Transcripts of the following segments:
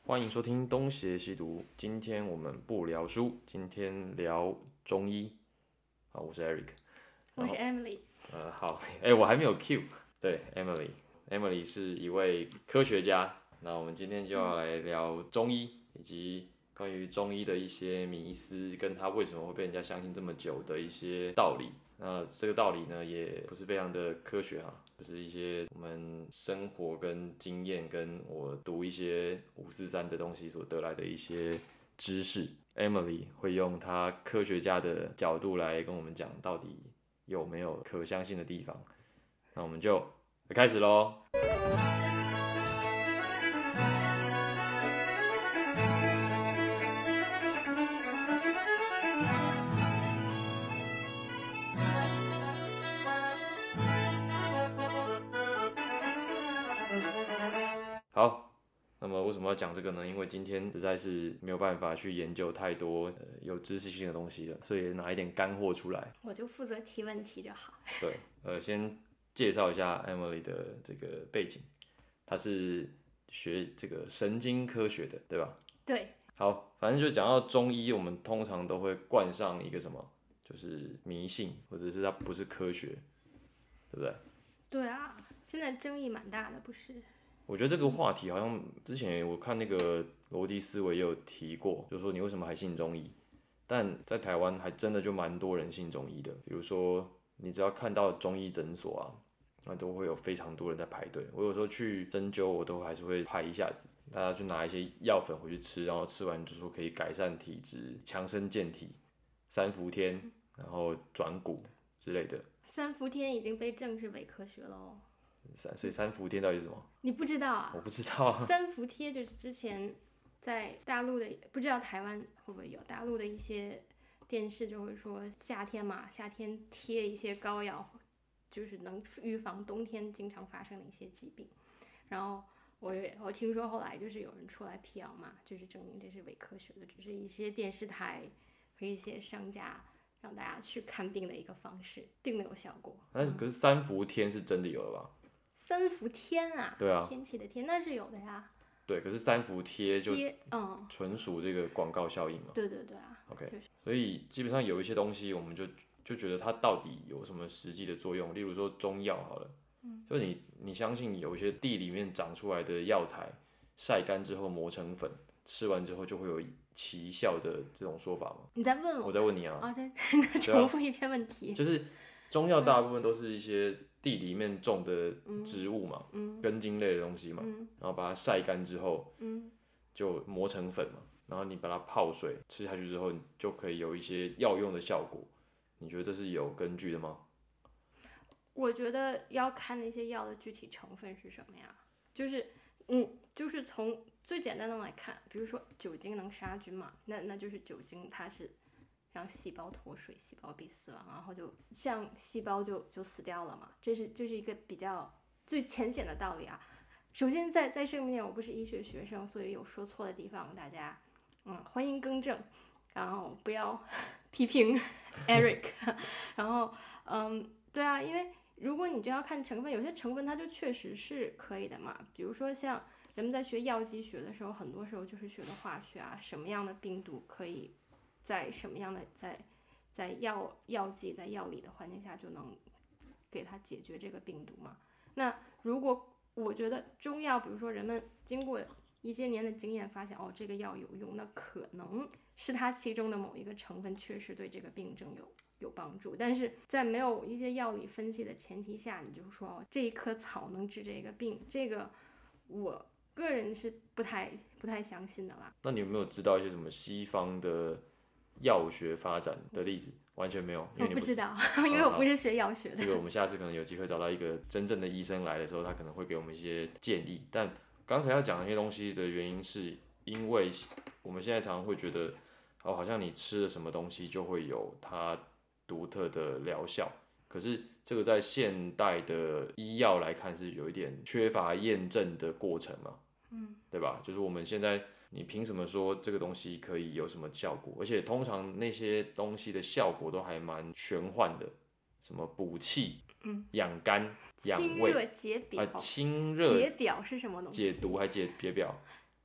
欢迎收听东邪西毒。今天我们不聊书，今天聊中医。好，我是 Eric。 我是 Emily。 好，我还没有 Q。对，Emily 是一位科学家。那我们今天就要来聊中医，以及关于中医的一些迷思，跟他为什么会被人家相信这么久的一些道理。那这个道理呢，也不是非常的科学哈，就是一些我们生活跟经验，跟我读一些543的东西所得来的一些知识。Emily 会用她科学家的角度来跟我们讲，到底有没有可相信的地方。那我们就开始咯。好，那么为什么要讲这个呢？因为今天实在是没有办法去研究太多有知识性的东西了，所以拿一点干货出来。 我就负责提问题就好。 对，先介绍一下 Emily 的这个背景，她是学这个神经科学的，对吧？ 对。 好，反正就讲到中医，我们通常都会冠上一个什么，就是迷信，或者是它不是科学，对不对？ 对啊，现在争议蛮大的，不是？ 我觉得这个话题好像之前我看那个逻辑思维也有提过，就是说你为什么还信中医？但在台湾还真的就蛮多人信中医的，比如说你只要看到中医诊所啊，那都会有非常多人在排队。我有时候去针灸，我都还是会排一下子，大家去拿一些药粉回去吃，然后吃完就说可以改善体质、强身健体、三伏天，然后转骨之类的。 三伏天已经被证是伪科学了哦。 所以三伏天到底是什么？ 你不知道啊？ 我不知道啊。 三伏贴就是之前在大陆的，不知道台湾会不会有，大陆的一些电视就会说夏天嘛，夏天贴一些膏药，就是能预防冬天经常发生的一些疾病。然后我听说后来就是有人出来辟谣嘛，就是证明这是伪科学的，只是一些电视台和一些商家让大家去看病的一个方式，并没有效果。 可是三伏天是真的有了吧？ 三伏天啊， 对啊， 天气的天那是有的呀。 对，可是三伏贴就纯属这个广告效应嘛。 对啊。 OK，所以基本上有一些东西，我们就觉得它到底有什么实际的作用？例如说中药好了，就你相信有一些地里面长出来的药材，晒干之后磨成粉，吃完之后就会有奇效的这种说法吗？ 你在问我？ 我在问你啊。 这重复一篇问题。 就是中药大部分都是一些地里面种的植物嘛，根茎类的东西嘛，然后把它晒干之后，就磨成粉嘛，然后你把它泡水吃下去之后，你就可以有一些药用的效果。你觉得这是有根据的吗？ 我觉得要看那些药的具体成分是什么呀，就是从最简单的来看，比如说酒精能杀菌嘛，那就是酒精它是让细胞脱水，细胞被死亡，然后就像细胞就死掉了嘛，这是一个比较最浅显的道理啊。首先在这里面我不是医学学生，所以有说错的地方，大家欢迎更正，然后不要批评 Eric 然后对啊，因为如果你就要看成分，有些成分它就确实是可以的嘛，比如说像人们在学药剂学的时候，很多时候就是学的化学啊，什么样的病毒可以在什么样的在药剂在药理的环境下就能给它解决这个病毒嘛。那如果我觉得中药，比如说人们经过一些年的经验发现这个药有用，那可能是它其中的某一个成分确实对这个病症有帮助，但是在没有一些药理分析的前提下，你就说这一棵草能治这个病，这个我个人是不太相信的啦。 那你有没有知道一些什么西方的药学发展的例子？完全没有，因为你我不知道，因为我不是学药学的。 这个我们下次可能有机会找到一个真正的医生来的时候，他可能会给我们一些建议。但刚才要讲那些东西的原因，是因为我们现在常常会觉得，好像你吃了什么东西就会有它独特的疗效。可是这个在现代的医药来看，是有一点缺乏验证的过程嘛，对吧？就是我们现在。你凭什么说这个东西可以有什么效果？而且通常那些东西的效果都还蛮玄幻的，什么补气、养肝、养胃、 清热解表。 清热解表是什么东西？ 解毒还解表？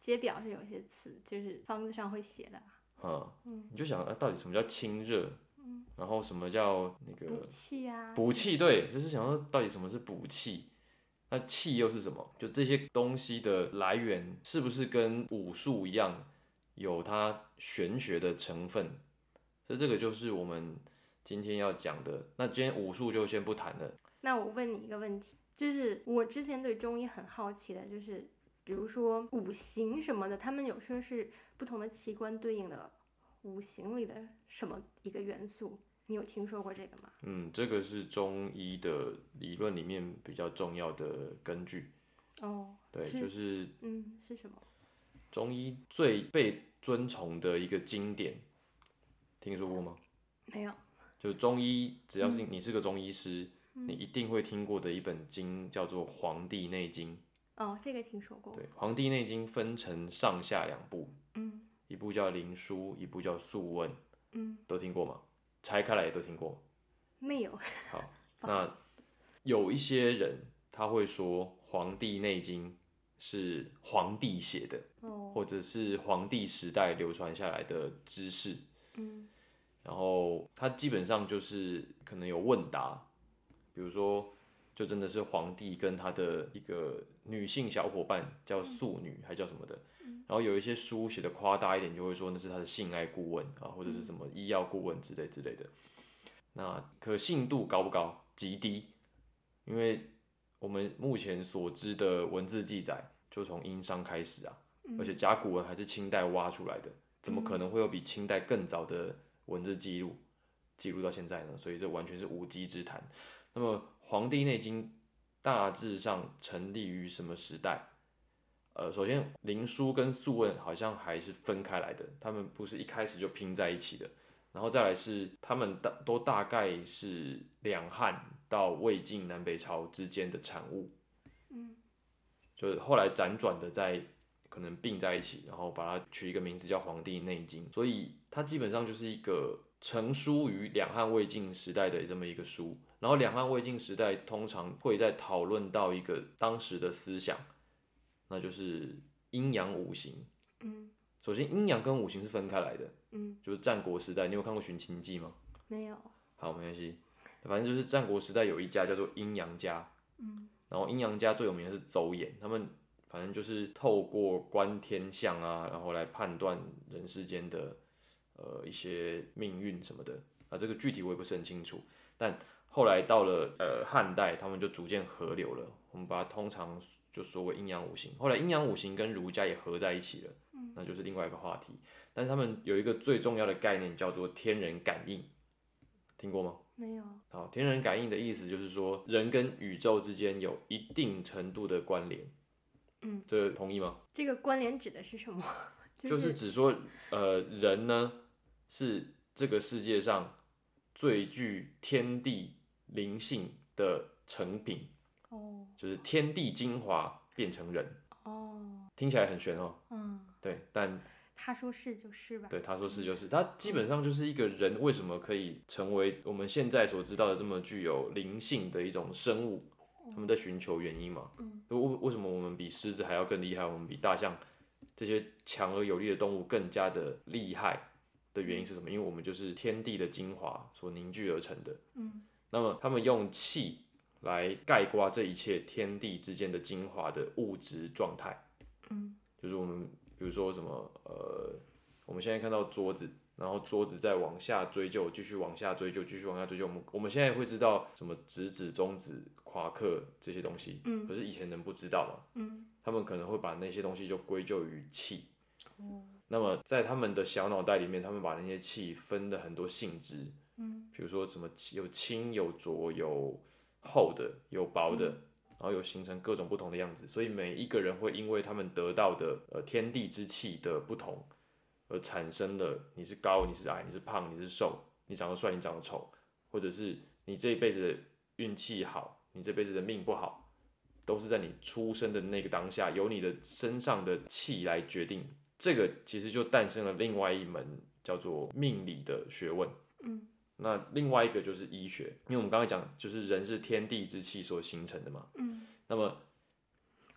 揭表是有些词就是方子上会写的。 你就想到底什么叫清热，然后什么叫那个补气啊， 补气，对，就是想说到底什么是补气，那气又是什么？就这些东西的来源是不是跟武术一样，有它玄学的成分？所以这个就是我们今天要讲的。那今天武术就先不谈了。 那我问你一个问题，就是我之前对中医很好奇的，就是比如说五行什么的，他们有说是不同的器官对应的五行里的什么一个元素，你有听说过这个吗？ 这个是中医的理论里面比较重要的根据。对，就是是什么？ 中医最被尊崇的一个经典，听说过吗？ 没有。 就中医，只要是你是个中医师，你一定会听过的一本经叫做《黄帝内经》。 这个听说过。 对，《黄帝内经》分成上下两部，一部叫灵枢，一部叫素问，都听过吗？拆开来也都听过。 没有。 好，那有一些人他会说《黄帝内经》是皇帝写的，或者是黄帝时代流传下来的知识。然后它基本上就是可能有问答，比如说就真的是皇帝跟他的一个女性小伙伴叫素女还叫什么的，然后有一些书写的夸大一点，就会说那是他的性爱顾问啊，或者是什么医药顾问之类的。那可信度高不高？极低，因为我们目前所知的文字记载就从殷商开始啊，而且甲骨文还是清代挖出来的，怎么可能会有比清代更早的文字记录到现在呢？所以这完全是无稽之谈。那么《黄帝内经》大致上成立于什么时代？首先灵枢跟素问好像还是分开来的，他们不是一开始就拼在一起的。然后再来是他们都大概是两汉到魏晋南北朝之间的产物，就是后来辗转的在可能并在一起，然后把它取一个名字叫《黄帝内经》，所以它基本上就是一个成书于两汉魏晋时代的这么一个书。然后两汉魏晋时代通常会在讨论到一个当时的思想，那就是阴阳五行。首先阴阳跟五行是分开来的。就是战国时代，你有看过《寻秦记》吗？ 没有。 好，没关系，反正就是战国时代有一家叫做阴阳家，然后阴阳家最有名的是邹衍，他们反正就是透过观天象啊，然后来判断人世间的一些命运什么的啊，这个具体我也不是很清楚，但后来到了汉代，他们就逐渐合流了，我们把它通常就说为阴阳五行，后来阴阳五行跟儒家也合在一起了，那就是另外一个话题。但是他们有一个最重要的概念叫做天人感应，听过吗？ 没有。 好，天人感应的意思就是说，人跟宇宙之间有一定程度的关联。这同意吗？ 这个关联指的是什么？ 就是指说，人呢是这个世界上最具天地灵性的成品。就是天地精华变成人。听起来很玄哦。对，但他说是就是吧。 对，他说是就是，他基本上就是一个人为什么可以成为我们现在所知道的这么具有灵性的一种生物，他们在寻求原因嘛。为什么我们比狮子还要更厉害？我们比大象这些强而有力的动物更加的厉害的原因是什么？因为我们就是天地的精华所凝聚而成的。那么他们用气来概括这一切天地之间的精华的物质状态。就是我们比如说什么我们现在看到桌子，然后桌子再往下追究，继续往下追究，继续往下追究。我们现在会知道什么直指、中指、夸克这些东西，可是以前人不知道嘛。他们可能会把那些东西就归咎于气。那么在他们的小脑袋里面，他们把那些气分了很多性质。比如说什么有轻、有浊、有厚的、有薄的。然后有形成各种不同的样子，所以每一个人会因为他们得到的天地之气的不同，而产生了你是高你是矮你是胖你是瘦，你长得帅你长得丑，或者是你这一辈子的运气好，你这辈子的命不好，都是在你出生的那个当下，由你的身上的气来决定。这个其实就诞生了另外一门叫做命理的学问。那另外一个就是医学，因为我们刚才讲，就是人是天地之气所形成的嘛。那么，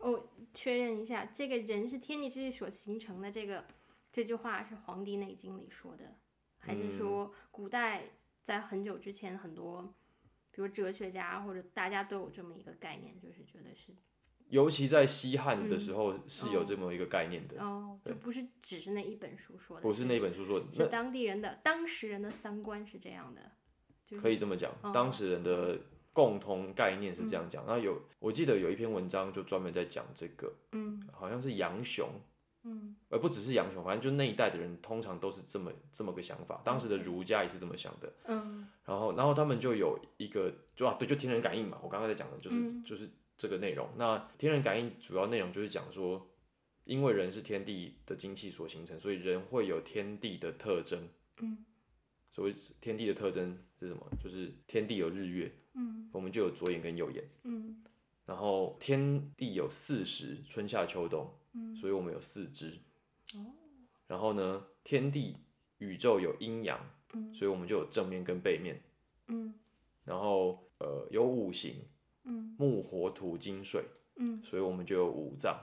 确认一下，这个人是天地之气所形成的，这句话是《黄帝内经》里说的，还是说古代在很久之前很多，比如哲学家或者大家都有这么一个概念，就是觉得是， 尤其在西汉的时候是有这么一个概念的。 就不是只是那一本书说的， 不是那本书说的， 是当时人的三观是这样的， 可以这么讲，当时人的共同概念是这样讲。那我记得有一篇文章就专门在讲这个，好像是杨雄，不只是杨雄，反正就那一代的人通常都是这么个想法。当时的儒家也是这么想的，然后他们就有一个就天人感应嘛，我刚刚在讲的就是这个内容。那天人感应主要内容就是讲说，因为人是天地的精气所形成，所以人会有天地的特征。所谓天地的特征是什么？就是天地有日月，我们就有左眼跟右眼。然后天地有40，春夏秋冬，所以我们有4肢。然后呢，天地宇宙有阴阳，所以我们就有正面跟背面。然后有5行，木火土金水，所以我们就有5脏。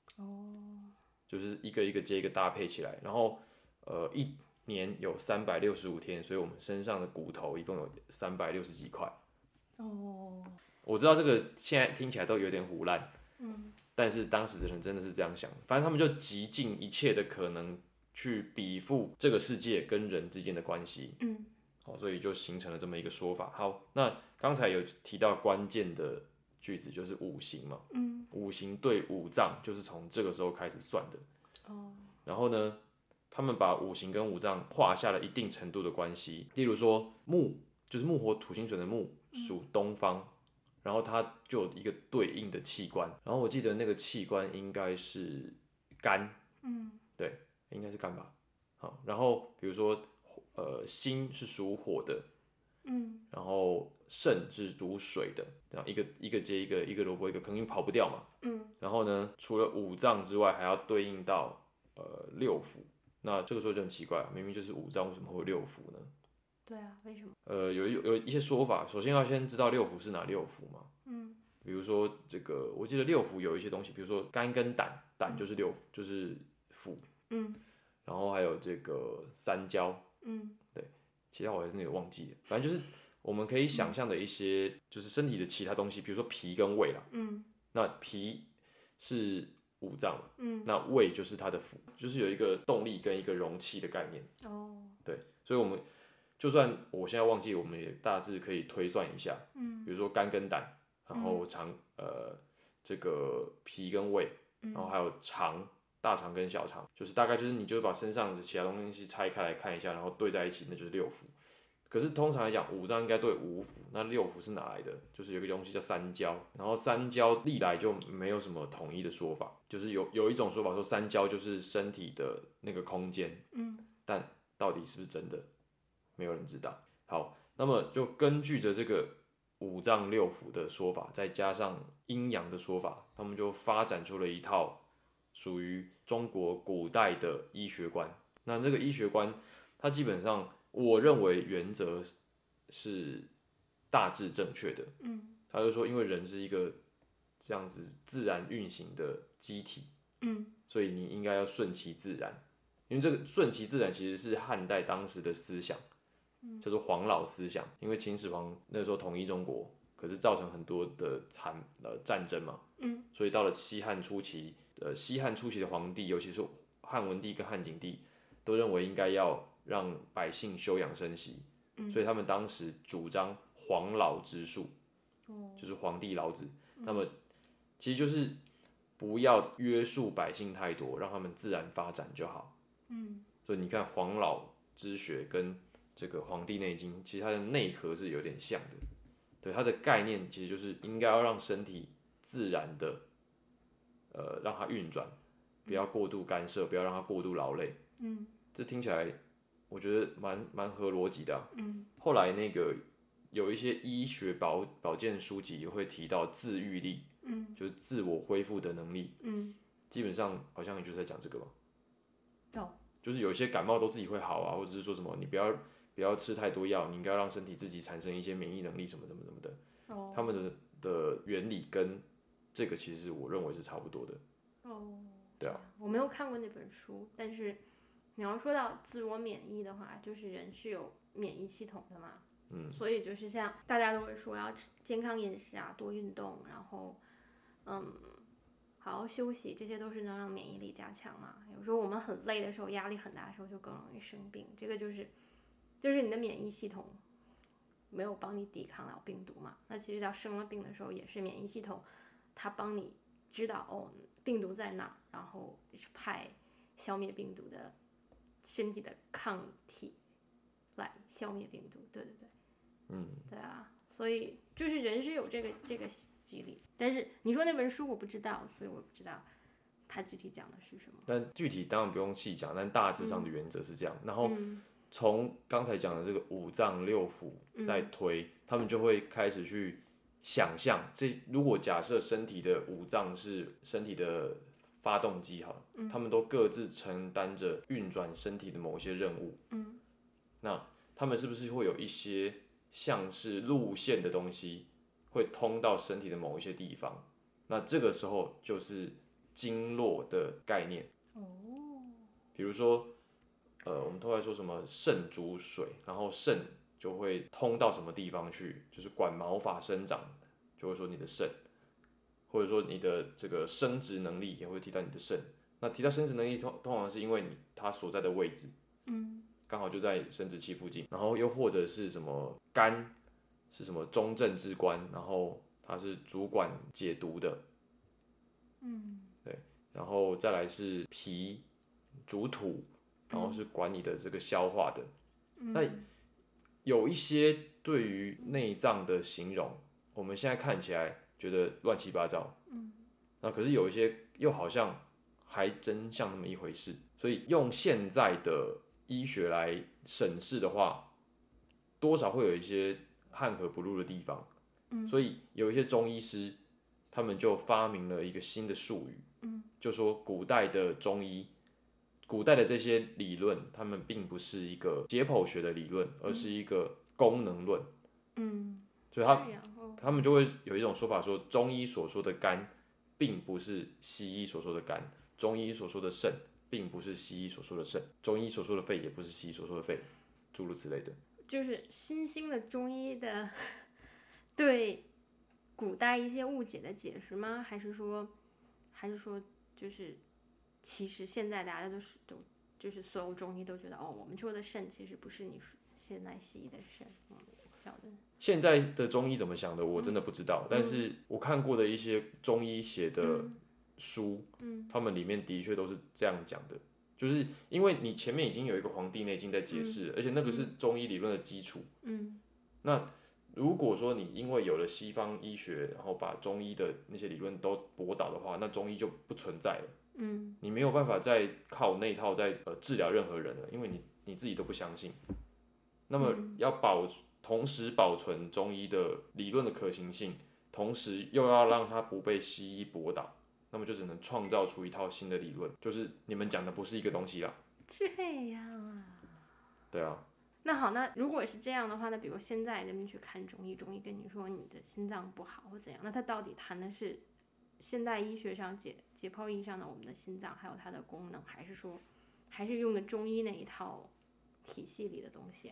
就是一个一个接一个搭配起来，然后一年有365天，所以我们身上的骨头一共有360几块。我知道这个现在听起来都有点胡乱，但是当时的人真的是这样想，反正他们就极尽一切的可能去比附这个世界跟人之间的关系。所以就形成了这么一个说法。好，那刚才有提到关键的句子就是5行嘛，5行对5脏就是从这个时候开始算的。然后呢，他们把5行跟5脏画下了一定程度的关系。例如说木，就是木火土金水的木属东方，然后它就有一个对应的器官。然后我记得那个器官应该是肝，对，应该是肝吧。好，然后比如说心是属火的，然后肾是属水的，这样一个接一个萝卜一个坑，因为跑不掉嘛。然后呢，除了5脏之外，还要对应到6腑。那这个时候就很奇怪，明明就是5脏，为什么会有6腑呢？ 对啊，为什么？ 有一些说法，首先要先知道6腑是哪6腑嘛。比如说这个，我记得6腑有一些东西，比如说肝跟胆，胆就是就是腑。然后还有这个三焦。对，其他我还真的有忘记了。反正就是我们可以想象的一些，就是身体的其他东西，比如说脾跟胃啦。那脾是5脏嘛，那胃就是它的腑，就是有一个动力跟一个容器的概念。对，所以我们就算我现在忘记，我们也大致可以推算一下。比如说肝跟胆，然后这个脾跟胃，然后还有肠。大肠跟小肠，就是大概就是你就把身上的其他东西拆开来看一下，然后对在一起，那就是6腑。可是通常来讲，5脏应该对5腑，那6腑是哪来的？就是有一个东西叫三焦，然后三焦历来就没有什么统一的说法，就是有一种说法说三焦就是身体的那个空间，但到底是不是真的，没有人知道。好，那么就根据着这个5脏6腑的说法，再加上阴阳的说法，他们就发展出了一套属于中国古代的医学观。那这个医学观，它基本上我认为原则是大致正确的。他就说，因为人是一个这样子自然运行的机体，所以你应该要顺其自然。因为这个顺其自然其实是汉代当时的思想，叫做黄老思想。因为秦始皇那时候统一中国，可是造成很多的战争嘛，所以到了西汉初期的皇帝，尤其是汉文帝跟汉景帝，都认为应该要让百姓休养生息，所以他们当时主张黄老之术，就是皇帝老子。那么其实就是不要约束百姓太多，让他们自然发展就好。所以你看黄老之学跟这个《黄帝内经》，其实它的内核是有点像的。对，它的概念其实就是应该要让身体自然的让它运转，不要过度干涉，不要让它过度劳累。这听起来我觉得蛮合逻辑的啊。后来那个有一些医学保健书籍也会提到自愈力，就是自我恢复的能力。基本上好像也就是在讲这个吧。就是有些感冒都自己会好啊，或者是说什么你不要吃太多药，你应该让身体自己产生一些免疫能力什么的。他们的原理跟这个其实我认为是差不多的。 哦， 对啊， 我没有看过那本书，但是你要说到自我免疫的话，就是人是有免疫系统的嘛。所以就是像大家都会说要吃健康饮食啊，多运动，然后好好休息，这些都是能让免疫力加强嘛。有时候我们很累的时候，压力很大的时候，就更容易生病。这个就是你的免疫系统没有帮你抵抗了病毒嘛。那其实到生了病的时候，也是免疫系统它帮你知道病毒在哪，然后派消灭病毒的身体的抗体来消灭病毒。对对对。对啊，所以就是人是有这个机理，但是你说那本书我不知道，所以我不知道它具体讲的是什么。 但具体当然不用细讲，但大致上的原则是这样。然后从刚才讲的这个五脏六腑再推，他们就会开始去想象，如果假设身体的五脏是身体的发动机好了，他们都各自承担着运转身体的某一些任务。那他们是不是会有一些像是路线的东西会通到身体的某一些地方？那这个时候就是经络的概念。比如说，我们都在说什么肾主水，然后肾就会通到什么地方去，就是管毛发生长，就会说你的肾，或者说你的这个生殖能力也会提到你的肾。那提到生殖能力，通常是因为它所在的位置，刚好就在生殖器附近，然后又或者是什么肝是什么中正之官，然后它是主管解毒的，对，然后再来是脾主土，然后是管你的这个消化的。那有一些对于内脏的形容，我们现在看起来觉得乱七八糟，那可是有一些又好像还真像那么一回事，所以用现在的医学来审视的话，多少会有一些汉河不入的地方。所以有一些中医师，他们就发明了一个新的术语，就说古代的中医，古代的这些理论，他们并不是一个解剖学的理论，而是一个功能论。所以他们就会有一种说法说，中医所说的肝，并不是西医所说的肝；中医所说的肾，并不是西医所说的肾；中医所说的肺，也不是西医所说的肺，诸如此类的。 就是新兴的中医的对古代一些误解的解释吗？还是说，就是其实现在大家就是所有中医都觉得我们说的肾其实不是你现代西医的肾，晓得。 现在的中医怎么想的，我真的不知道。但是我看过的一些中医写的书，他们里面的确都是这样讲的。就是因为你前面已经有一个《黄帝内经》在解释，而且那个是中医理论的基础。那如果说你因为有了西方医学，然后把中医的那些理论都驳倒的话，那中医就不存在了。你没有办法再靠那套在治疗任何人了，因为你自己都不相信。那么要同时保存中医的理论的可行性，同时又要让它不被西医驳倒。那么就只能创造出一套新的理论，就是你们讲的不是一个东西啦。 这样啊？ 对啊。 那好，那如果是这样的话，那比如现在人们去看中医，中医跟你说你的心脏不好或怎样，那他到底谈的是现代医学上解剖意义上的我们的心脏，还有它的功能，还是说还是用的中医那一套体系里的东西啊？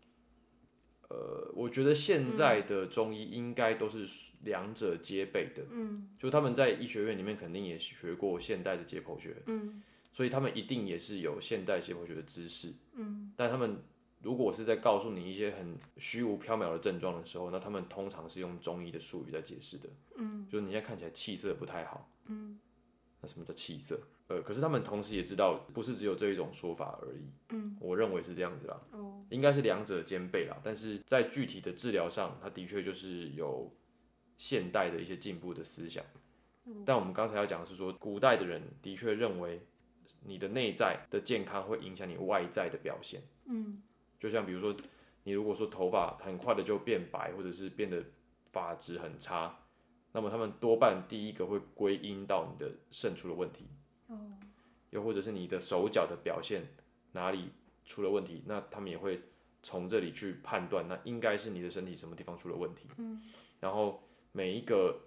我觉得现在的中医应该都是两者皆备的。就他们在医学院里面肯定也学过现代的解剖学，所以他们一定也是有现代解剖学的知识。但他们如果是在告诉你一些很虚无缥缈的症状的时候，那他们通常是用中医的术语在解释的。就是你现在看起来气色不太好，那什么叫气色？可是他们同时也知道，不是只有这一种说法而已。我认为是这样子啦。应该是两者兼备啦。但是在具体的治疗上，它的确就是有现代的一些进步的思想。但我们刚才要讲的是说，古代的人的确认为你的内在的健康会影响你外在的表现。就像比如说，你如果说头发很快的就变白，或者是变得发质很差，那么他们多半第一个会归因到你的肾出了问题。又或者是你的手脚的表现哪里出了问题，那他们也会从这里去判断，那应该是你的身体什么地方出了问题。然后每一个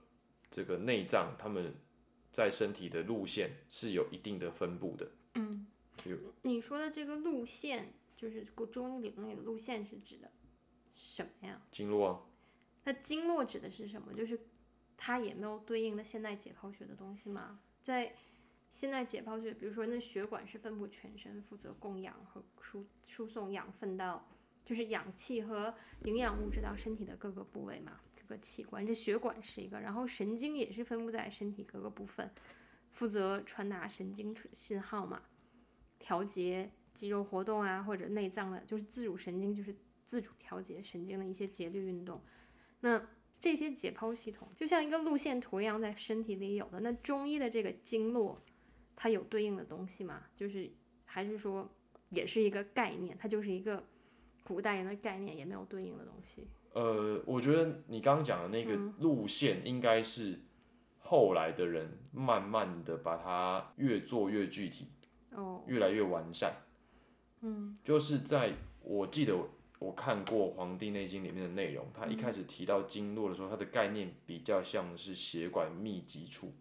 这个内脏它们在身体的路线是有一定的分布的。 你说的这个路线，就是中医理论里的路线是指的什么呀？ 经络啊， 那经络指的是什么？就是它也没有对应的现代解剖学的东西吗？在现代解剖学，比如说那血管是分布全身，负责供氧和输送养分到，就是氧气和营养物质到身体的各个部位嘛，各个器官。这血管是一个，然后神经也是分布在身体各个部分，负责传达神经信号嘛，调节肌肉活动啊，或者内脏的，就是自主神经，就是自主调节神经的一些节律运动。那这些解剖系统就像一个路线图一样，在身体里有的。那中医的这个经络，它有对应的东西吗？就是还是说也是一个概念，它就是一个古代人的概念，也没有对应的东西。 我觉得你刚刚讲的那个路线，应该是后来的人慢慢的把它越做越具体，越来越完善。就是在我记得我看过《黄帝内经》里面的内容，它一开始提到经络的时候，它的概念比较像是血管密集处。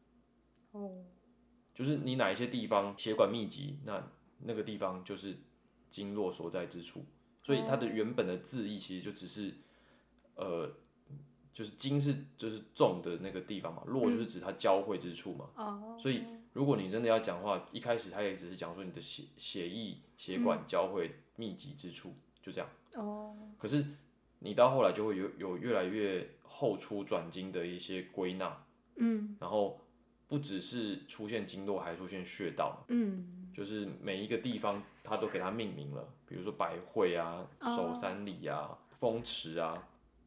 就是你哪一些地方血管密集，那个地方就是经络所在之处。所以它的原本的字义其实就只是，就是经是就是重的那个地方嘛，络就是指它交汇之处嘛。所以如果你真的要讲话，一开始它也只是讲说你的血液血管交汇密集之处，就这样。可是你到后来就会有越来越后出转经的一些归纳。然后不只是出现经络，还出现穴道。就是每一个地方它都给它命名了，比如说百会啊、手三里啊、风池啊。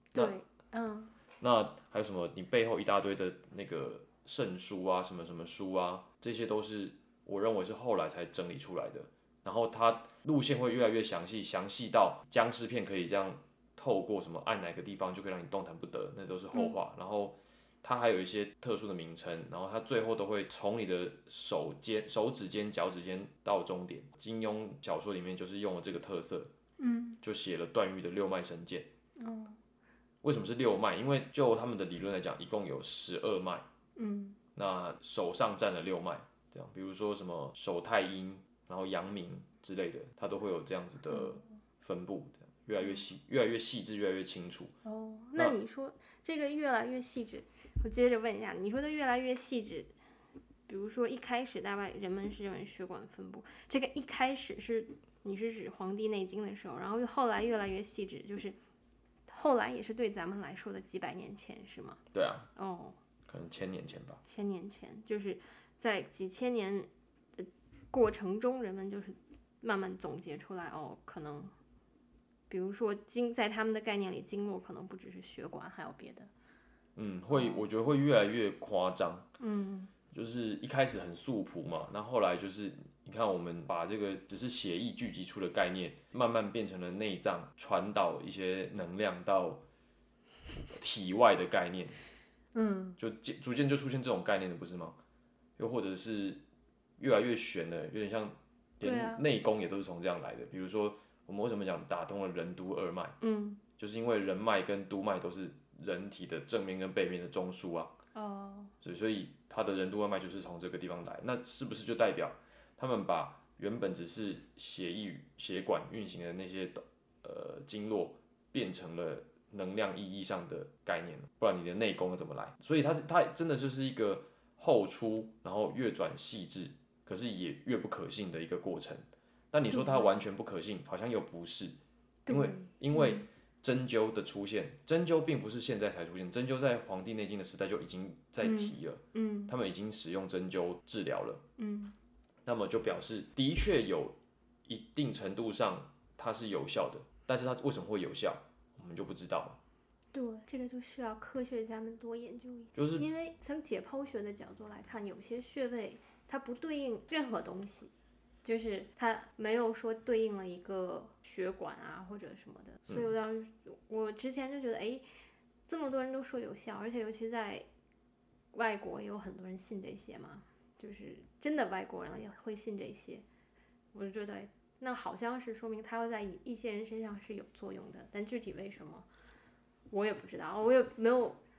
那还有什么？你背后一大堆的那个肾腧啊、什么什么腧啊，这些都是我认为是后来才整理出来的。然后它路线会越来越详细，详细到僵尸片可以这样透过什么按哪个地方就可以让你动弹不得，那都是后话。然后它还有一些特殊的名称，然后它最后都会从你的手指尖、脚趾尖到终点。金庸小说里面就是用了这个特色，就写了段誉的六脉神剑。为什么是六脉？因为就他们的理论来讲，一共有12脉。那手上占了六脉，这样，比如说什么手太阴，然后阳明之类的，它都会有这样子的分布，越来越细，越来越细致，越来越清楚。 那你说这个越来越细致，我接着问一下，你说的越来越细致，比如说一开始大概人们是认为血管分布，这个一开始你是指《黄帝内经》的时候，然后后来越来越细致，就是后来也是对咱们来说的几百年前是吗？ 对啊。可能1000年前吧。 1000年前，就是在几千年的过程中，人们就是慢慢总结出来，可能，比如说在他们的概念里，经络可能不只是血管，还有别的。 我觉得会越来越夸张。就是一开始很素朴嘛，那后来就是你看我们把这个只是血液聚集出的概念，慢慢变成了内脏传导一些能量到体外的概念。就逐渐就出现这种概念的，不是吗？又或者是越来越玄了，有点像连内功也都是从这样来的。比如说我们为什么讲打通了任督二脉？就是因为任脉跟督脉都是人体的正面跟背面的中枢啊。所以它的任督二脉就是从这个地方来。那是不是就代表他们把原本只是血管运行的那些经络变成了能量意义上的概念，不然你的内功怎么来？所以它真的就是一个后出，然后越转细致，可是也越不可信的一个过程。那你说它完全不可信，好像又不是，因为针灸的出现，针灸并不是现在才出现，针灸在《黄帝内经》的时代就已经在提了。他们已经使用针灸治疗了。那么就表示的确有一定程度上它是有效的，但是它为什么会有效？我们就不知道了。 对，这个就需要科学家们多研究一下。 就是因为从解剖学的角度来看，有些穴位它不对应任何东西，就是它没有说对应了一个血管啊或者什么的。所以我之前就觉得，这么多人都说有效，而且尤其在外国也有很多人信这些嘛，就是真的外国人也会信这些。我就觉得，那好像是说明它会在一些人身上是有作用的，但具体为什么我也不知道，我也没有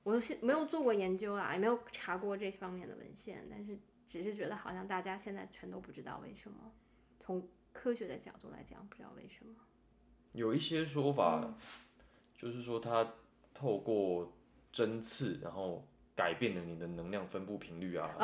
我是没有做过研究啊，也没有查过这方面的文献，但是只是觉得好像大家现在全都不知道为什么，从科学的角度来讲，不知道为什么。 有一些说法，就是说它透过针刺，然后改变了你的能量分布频率啊。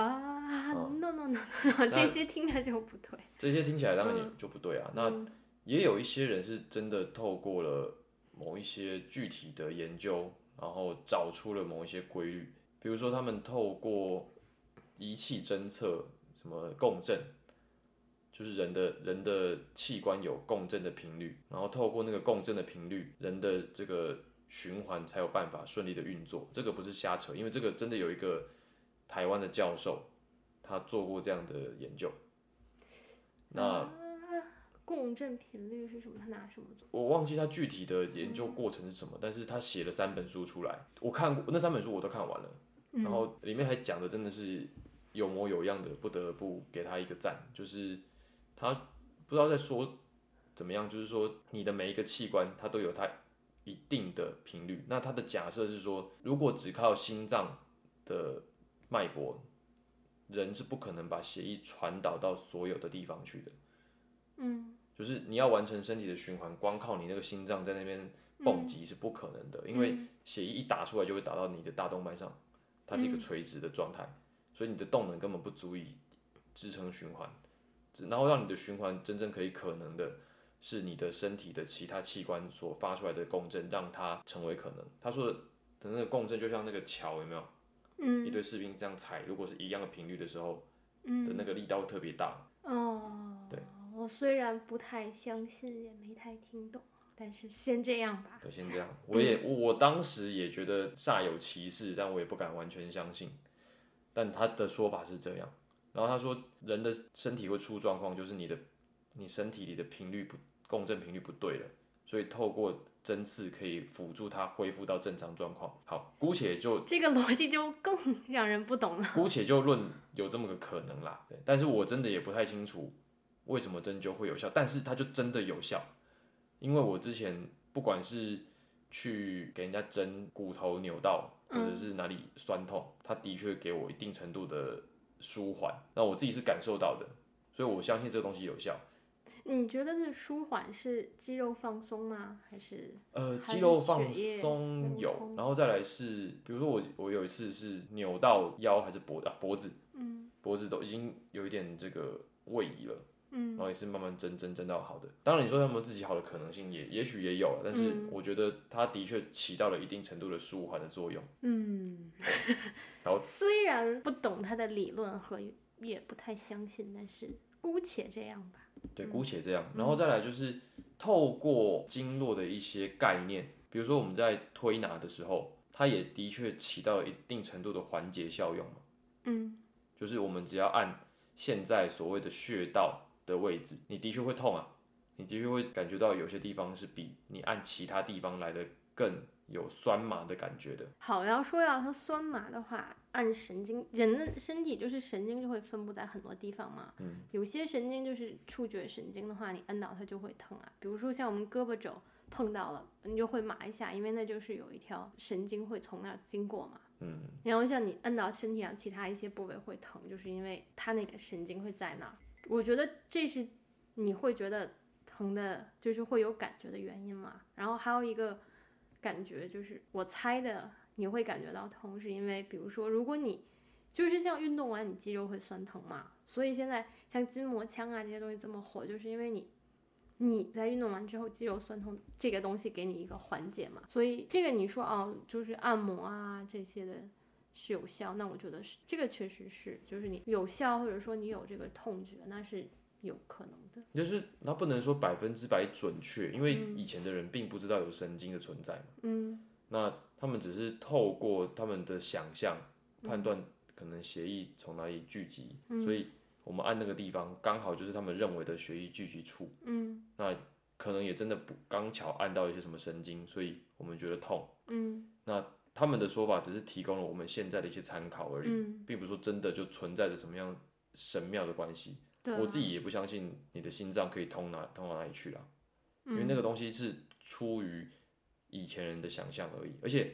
No no no no， 这些听着就不对。 这些听起来当然也就不对啊。那也有一些人是真的透过了某一些具体的研究，然后找出了某一些规律。比如说，他们透过仪器侦测什么共振，就是人的器官有共振的频率，然后透过那个共振的频率，人的这个循环才有办法顺利的运作。这个不是瞎扯，因为这个真的有一个台湾的教授，他做过这样的研究。那共振频率是什么？他拿什么做？ 我忘记他具体的研究过程是什么，但是他写了3本书出来，我看过那3本书我都看完了，然后里面还讲的真的是有模有样的，不得不给他一个赞。就是他不知道在说怎么样，就是说你的每一个器官它都有它一定的频率。那他的假设是说，如果只靠心脏的脉搏，人是不可能把血液传导到所有的地方去的。就是你要完成身体的循环，光靠你那个心脏在那边蹦极是不可能的，因为血液一打出来就会打到你的大动脉上，它是一个垂直的状态，所以你的动能根本不足以支撑循环，然后让你的循环真正可能的是你的身体的其他器官所发出来的共振，让它成为可能。他说的那个共振就像那个桥，有没有？一堆士兵这样踩，如果是一样的频率的时候，的那个力道会特别大。对。 我虽然不太相信，也没太听懂，但是先这样吧。 对，先这样。我当时也觉得煞有其事，但我也不敢完全相信。但他的说法是这样，然后他说人的身体会出状况，就是你身体里的共振频率不对了，所以透过针刺可以辅助它恢复到正常状况。好，姑且就这个逻辑就更让人不懂了。 姑且就论有这么个可能啦。对，但是我真的也不太清楚为什么针灸会有效，但是它就真的有效。因为我之前不管是去给人家针骨头扭到，或者是哪里酸痛，它的确给我一定程度的舒缓，那我自己是感受到的，所以我相信这个东西有效。 你觉得那舒缓是肌肉放松吗？还是肌肉放松有，然后再来是，比如说我有一次是扭到腰还是脖子，脖子都已经有一点这个位移了。然后也是慢慢针到好的。当然，你说他们自己好的可能性也许也有了，但是我觉得它的确起到了一定程度的舒缓的作用。然后虽然不懂它的理论和也不太相信，但是姑且这样吧。 对，姑且这样。然后再来就是透过经络的一些概念，比如说我们在推拿的时候，它也的确起到了一定程度的缓解效用嘛。就是我们只要按现在所谓的穴道的位置，你的确会痛啊，你的确会感觉到有些地方是比你按其他地方来的更有酸麻的感觉的。 好，要说它酸麻的话，按神经，人的身体就是神经就会分布在很多地方嘛。有些神经就是触觉神经的话，你按到它就会疼啊。比如说像我们胳膊肘碰到了，你就会麻一下，因为那就是有一条神经会从那儿经过嘛。然后像你按到身体上其他一些部位会疼，就是因为它那个神经会在那儿。我觉得这是你会觉得疼的，就是会有感觉的原因啦。然后还有一个感觉就是我猜的，你会感觉到痛，是因为比如说，如果你就是像运动完你肌肉会酸疼嘛，所以现在像筋膜枪啊这些东西这么火，就是因为你在运动完之后肌肉酸痛这个东西给你一个缓解嘛。所以这个你说就是按摩啊这些的是有效，那我觉得是这个确实是，就是你有效或者说你有这个痛觉，那是有可能的。 就是它不能说100%准确，因为以前的人并不知道有神经的存在嘛。那他们只是透过他们的想象判断可能血液从哪里聚集，所以我们按那个地方刚好就是他们认为的血液聚集处。那可能也真的不刚巧按到一些什么神经，所以我们觉得痛。那他们的说法只是提供了我们现在的一些参考而已，并不是说真的就存在着什么样神妙的关系。我自己也不相信你的心脏可以通到哪里去啦，因为那个东西是出于以前人的想象而已。而且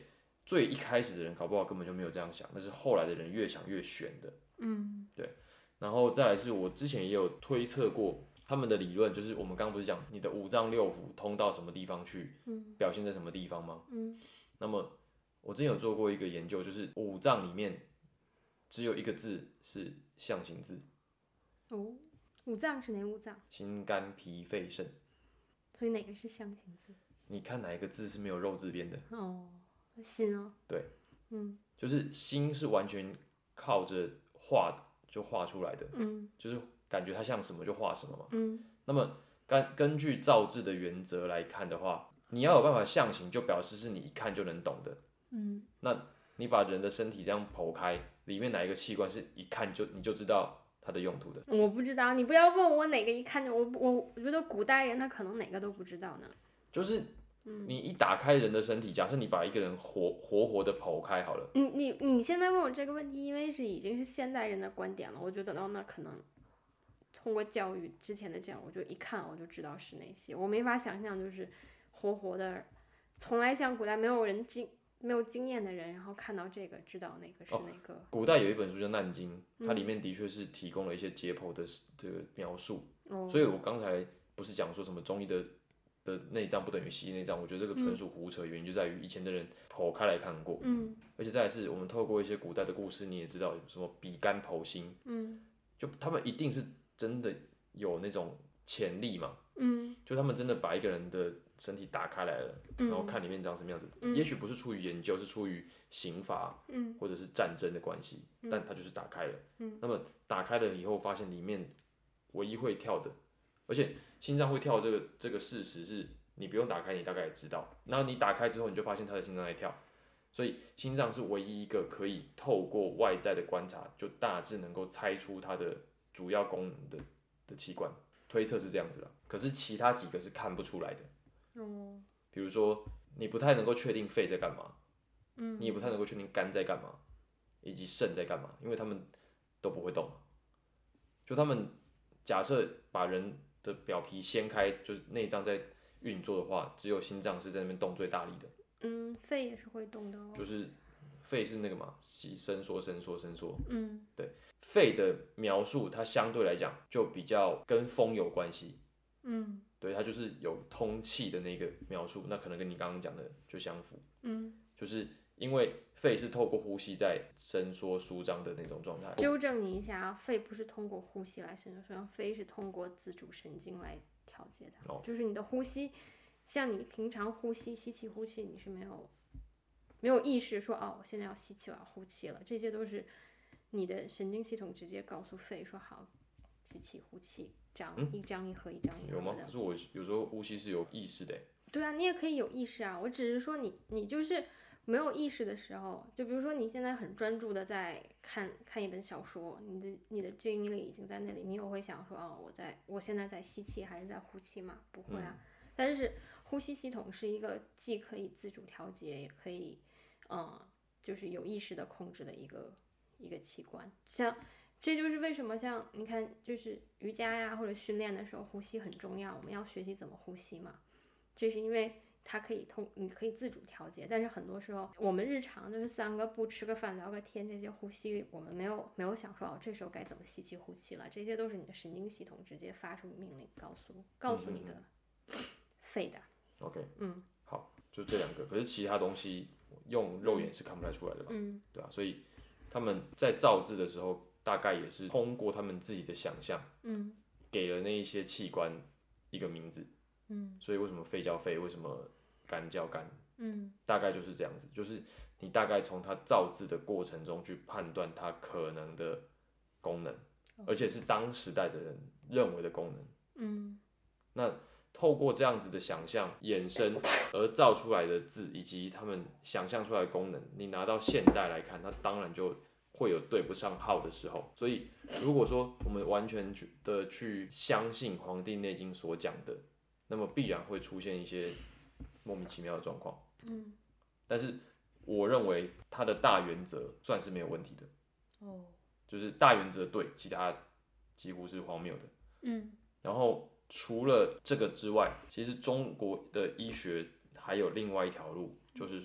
最一开始的人搞不好根本就没有这样想，但是后来的人越想越玄的。对。然后再来是我之前也有推测过他们的理论，就是我们刚刚不是讲你的五脏六腑通到什么地方去，表现在什么地方吗？那么我之前有做过一个研究，就是五脏里面只有一个字是象形字。 哦，五脏是哪五脏？ 心肝脾肺肾。 所以哪个是象形字？ 你看哪一个字是没有肉字边的？ 哦，心哦。 对，就是心是完全靠着画就画出来的，就是感觉它像什么就画什么嘛。那么根据造字的原则来看的话，你要有办法象形，就表示是你一看就能懂的。那你把人的身体这样剖开，里面哪一个器官是一看你就知道它的用途的？ 我不知道，你不要问我哪个一看就我觉得古代人他可能哪个都不知道呢。 就是你一打开人的身体，假设你把一个人活的剖开好了。 你现在问我这个问题，因为已经是现代人的观点了，我觉得那可能通过教育之前的教育，我就一看我就知道是哪些，我没法想象就是活的，从来像古代没有经验的人，然后看到这个知道哪个是哪个。 古代有一本书叫《难经》，它里面的确是提供了一些解剖的这个描述。所以我刚才不是讲说什么中医的内脏不等于西医内脏，我觉得这个纯属胡扯，原因就在于以前的人剖开来看过。而且再来是我们透过一些古代的故事，你也知道什么比肝剖心。就他们一定是真的有那种潜力嘛。就他们真的把一个人的身体打开来了，然后看里面长什么样子。也许不是出于研究，是出于刑罚，或者是战争的关系，但他就是打开了。那么打开了以后，发现里面唯一会跳的，而且心脏会跳这个事实是你不用打开，你大概也知道。然后你打开之后，你就发现他的心脏在跳，所以心脏是唯一一个可以透过外在的观察，就大致能够猜出它的主要功能的器官。推测是这样子啦，可是其他几个是看不出来的。比如说你不太能够确定肺在干嘛，你也不太能够确定肝在干嘛，以及肾在干嘛，因为他们都不会动。就他们假设把人的表皮掀开，就是内脏在运作的话，只有心脏是在那边动最大力的。 肺也是会动的哦。 就是肺是那个嘛，伸缩伸缩伸缩。对。肺的描述，它相对来讲就比较跟风有关系。对，它就是有通气的那个描述，那可能跟你刚刚讲的就相符。就是因为肺是透过呼吸在伸缩舒张的那种状态。 纠正你一下啊，肺不是通过呼吸来伸缩舒张，肺是通过自主神经来调节的。就是你的呼吸，像你平常呼吸，吸气呼气，你是没有意识说我现在要吸气，我要呼气了，这些都是你的神经系统直接告诉肺说好，吸气呼气，一张一合一张一合的。 有吗？可是我有时候呼吸是有意识的。 对啊，你也可以有意识啊。我只是说你就是没有意识的时候，就比如说你现在很专注的在看一本小说，你的注意力已经在那里，你又会想说我现在在吸气还是在呼气吗？不会啊。但是呼吸系统是一个既可以自主调节，也可以就是有意识的控制的一个器官。这就是为什么像你看，就是瑜伽呀或者训练的时候，呼吸很重要，我们要学习怎么呼吸嘛。这是因为它你可以自主调节，但是很多时候我们日常就是散个步、吃个饭、聊个天，这些呼吸我们没有想说这时候该怎么吸气呼气了，这些都是你的神经系统直接发出命令告诉你的肺的。 OK， 好，就这两个，可是其他东西用肉眼是看不太出来的嘛，对吧？所以他们在造字的时候，大概也是通过他们自己的想象，给了那一些器官一个名字。所以为什么肺叫肺，为什么肝叫肝，大概就是这样子，就是你大概从它造字的过程中去判断它可能的功能，而且是当时代的人认为的功能。那透过这样子的想象衍生而造出来的字，以及他们想象出来的功能，你拿到现代来看，它当然就会有对不上号的时候。所以如果说我们完全的去相信《黄帝内经》所讲的，那么必然会出现一些莫名其妙的状况。但是我认为它的大原则算是没有问题的。就是大原则对，其他几乎是荒谬的。然后除了这个之外，其实中国的医学还有另外一条路，就是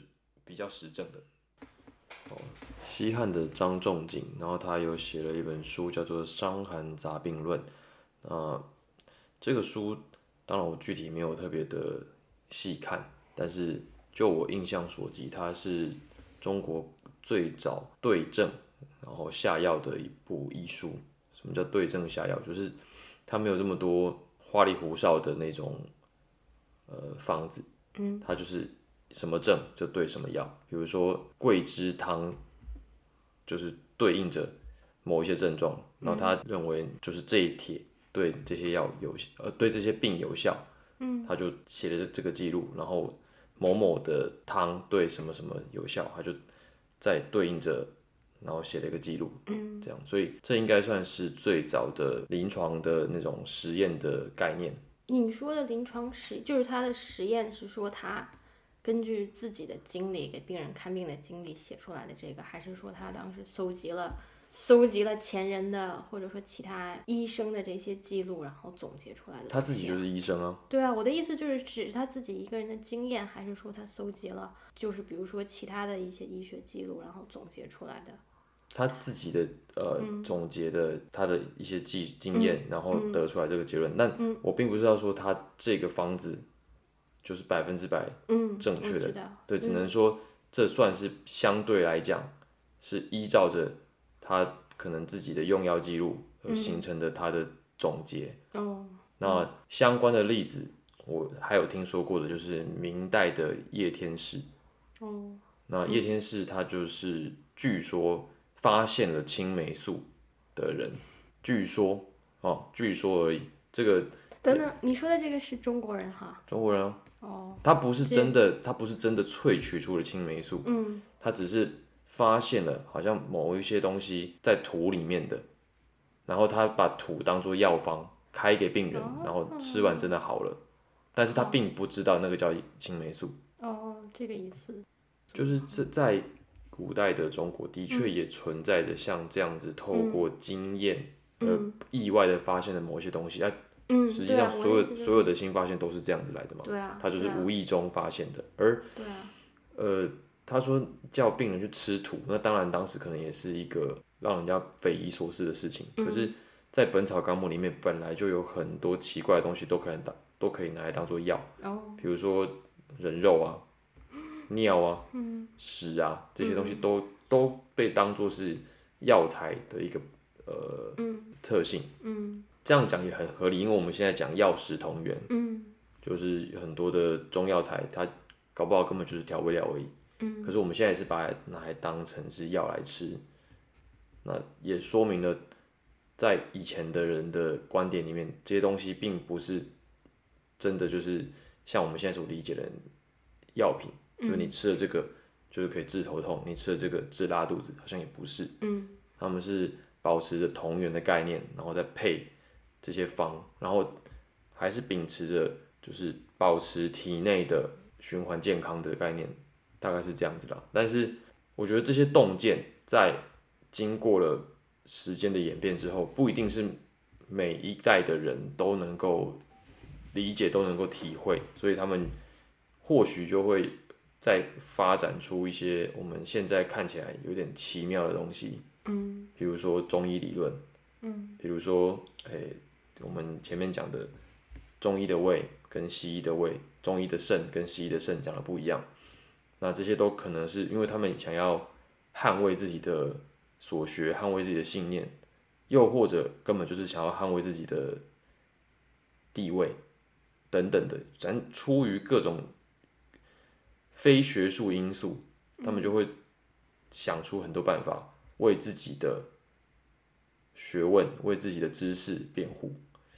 比较实证的。西汉的张仲景，然后他有写了一本书叫做《伤寒杂病论》。这个书当然我具体没有特别的细看，但是就我印象所及，它是中国最早对症然后下药的一部医书。什么叫对症下药？就是它没有这么多花里胡哨的那种方子，它就是什么症就对什么药。比如说桂枝汤，就是对应着某一些症状，然后他认为就是这一帖对这些药对这些病有效，他就写了这个记录，然后某某的汤对什么什么有效，他就再对应着，然后写了一个记录，这样，所以这应该算是最早的临床的那种实验的概念。 你说的临床就是他的实验是说他根据自己的经历给病人看病的经历写出来的这个，还是说他当时搜集了前人的或者说其他医生的这些记录，然后总结出来的？ 他自己就是医生啊。 对啊，我的意思就是只是他自己一个人的经验，还是说他搜集了就是比如说其他的一些医学记录，然后总结出来的？ 他自己的总结的他的一些经验，然后得出来这个结论。但我并不是要说他这个方子就是100%正确的，对，只能说这算是相对来讲是依照着他可能自己的用药记录而形成的他的总结。那相关的例子，我还有听说过的就是明代的叶天士。那叶天士他就是据说发现了青霉素的人，据说而已。这个等等，你说的这个是中国人哈？ 中国人啊，他不是真的萃取出了青霉素，他只是发现了好像某一些东西在土里面的，然后他把土当作药方开给病人，然后吃完真的好了，但是他并不知道那个叫青霉素。 这个意思。 就是在古代的中国的确也存在着像这样子透过经验而意外的发现的某一些东西，实际上所有的新发现都是这样子来的嘛。 对啊， 他就是无意中发现的。而他说叫病人去吃土，那当然当时可能也是一个让人家匪夷所思的事情。可是，在《本草纲目》里面本来就有很多奇怪的东西都可以拿来当做药，比如说人肉啊、尿啊、屎啊这些东西都被当作是药材的一个特性。这样讲也很合理，因为我们现在讲药食同源，就是很多的中药材它搞不好根本就是调味料而已。可是我们现在也是把它拿来当成是药来吃，那也说明了在以前的人的观点里面，这些东西并不是真的就是像我们现在所理解的药品，就是你吃了这个就是可以治头痛，你吃了这个治拉肚子，好像也不是。他们是保持着同源的概念，然后再配这些方，然后还是秉持着就是保持体内的循环健康的概念，大概是这样子啦。但是我觉得这些洞见在经过了时间的演变之后，不一定是每一代的人都能够理解、都能够体会，所以他们或许就会再发展出一些我们现在看起来有点奇妙的东西。比如说中医理论，比如说我们前面讲的中医的胃跟西医的胃，中医的肾跟西医的肾讲的不一样，那这些都可能是因为他们想要捍卫自己的所学，捍卫自己的信念，又或者根本就是想要捍卫自己的地位等等的，咱出于各种非学术因素，他们就会想出很多办法为自己的学问、为自己的知识辩护。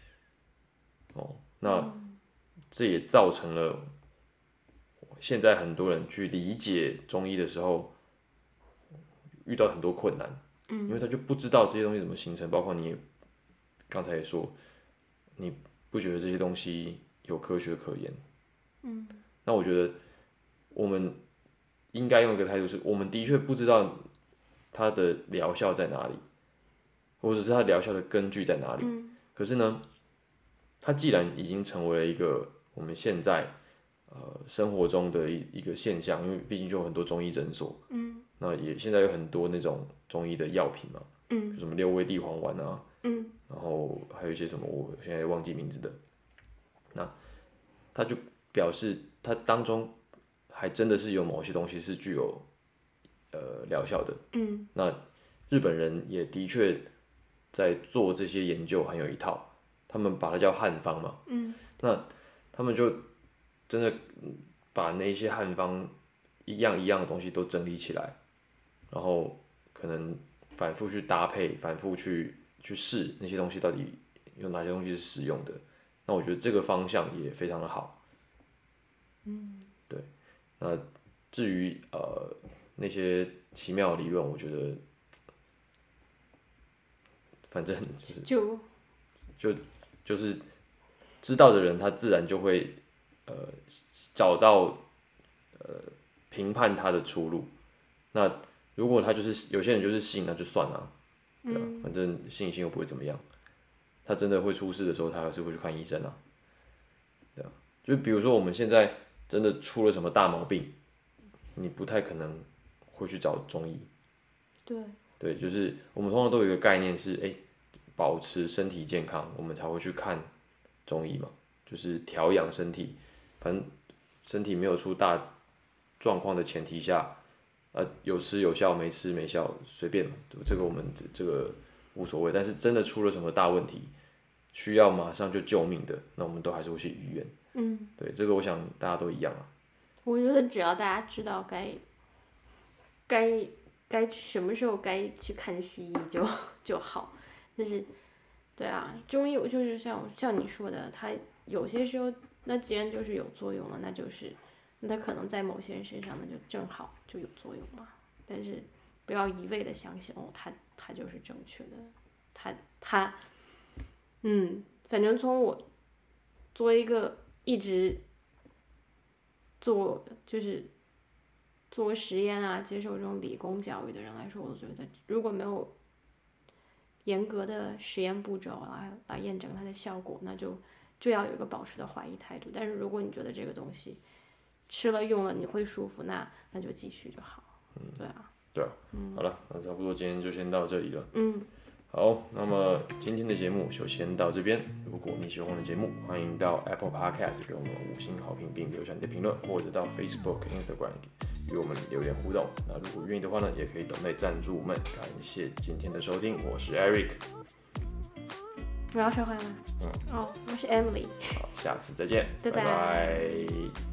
那这也造成了现在很多人去理解中医的时候遇到很多困难，因为他就不知道这些东西怎么形成，包括你刚才也说，你不觉得这些东西有科学可言？那我觉得我们应该用一个态度是，我们的确不知道它的疗效在哪里，或者是它疗效的根据在哪里。可是呢，它既然已经成为了一个我们现在生活中的一个现象，因为毕竟就有很多中医诊所，那也现在有很多那种中医的药品嘛，就什么六味地黄丸啊，然后还有一些什么我现在忘记名字的，那他就表示它当中还真的是有某些东西是具有疗效的，那日本人也的确在做这些研究很有一套，他们把它叫汉方嘛，那他们就真的把那些汉方一样一样的东西都整理起来，然后可能反复去搭配，反复去试那些东西到底有哪些东西是实用的。那我觉得这个方向也非常的好。对。那至于那些奇妙的理论，我觉得反正就是知道的人，他自然就会找到评判他的出路。那如果他就是有些人就是信，那就算了，对啊，反正信一信又不会怎么样。他真的会出事的时候，他还是会去看医生啊，对啊。就比如说我们现在真的出了什么大毛病，你不太可能会去找中医。对，就是我们通常都有一个概念是，保持身体健康，我们才会去看中医嘛，就是调养身体，反正身体没有出大状况的前提下，有吃有效，没吃没效，随便嘛，这个我们这个无所谓。但是真的出了什么大问题，需要马上就救命的，那我们都还是会去医院。对，这个我想大家都一样啊。 我觉得只要大家知道该什么时候该去看西医就好，就是对啊，中医就是像你说的，它有些时候那既然就是有作用了，那它可能在某些人身上那就正好就有作用嘛。但是不要一味的相信它就是正确的，反正从我作为一个一直做实验啊，接受这种理工教育的人来说，我觉得如果没有严格的实验步骤来验证它的效果，那就要有一个保持的怀疑态度。但是如果你觉得这个东西吃了用了你会舒服，那就继续就好。对啊。 对啊。好了，那差不多今天就先到这里了。好，那么今天的节目就先到这边。如果你喜欢我的节目，欢迎到 Apple Podcast 给我们5星好评，并留下你的评论，或者到 Facebook、Instagram 与我们留言互动。那如果愿意的话呢，也可以抖内赞助我们。感谢今天的收听，我是 Eric。 我要说话吗？我是 Emily。 好，下次再见， 拜拜拜。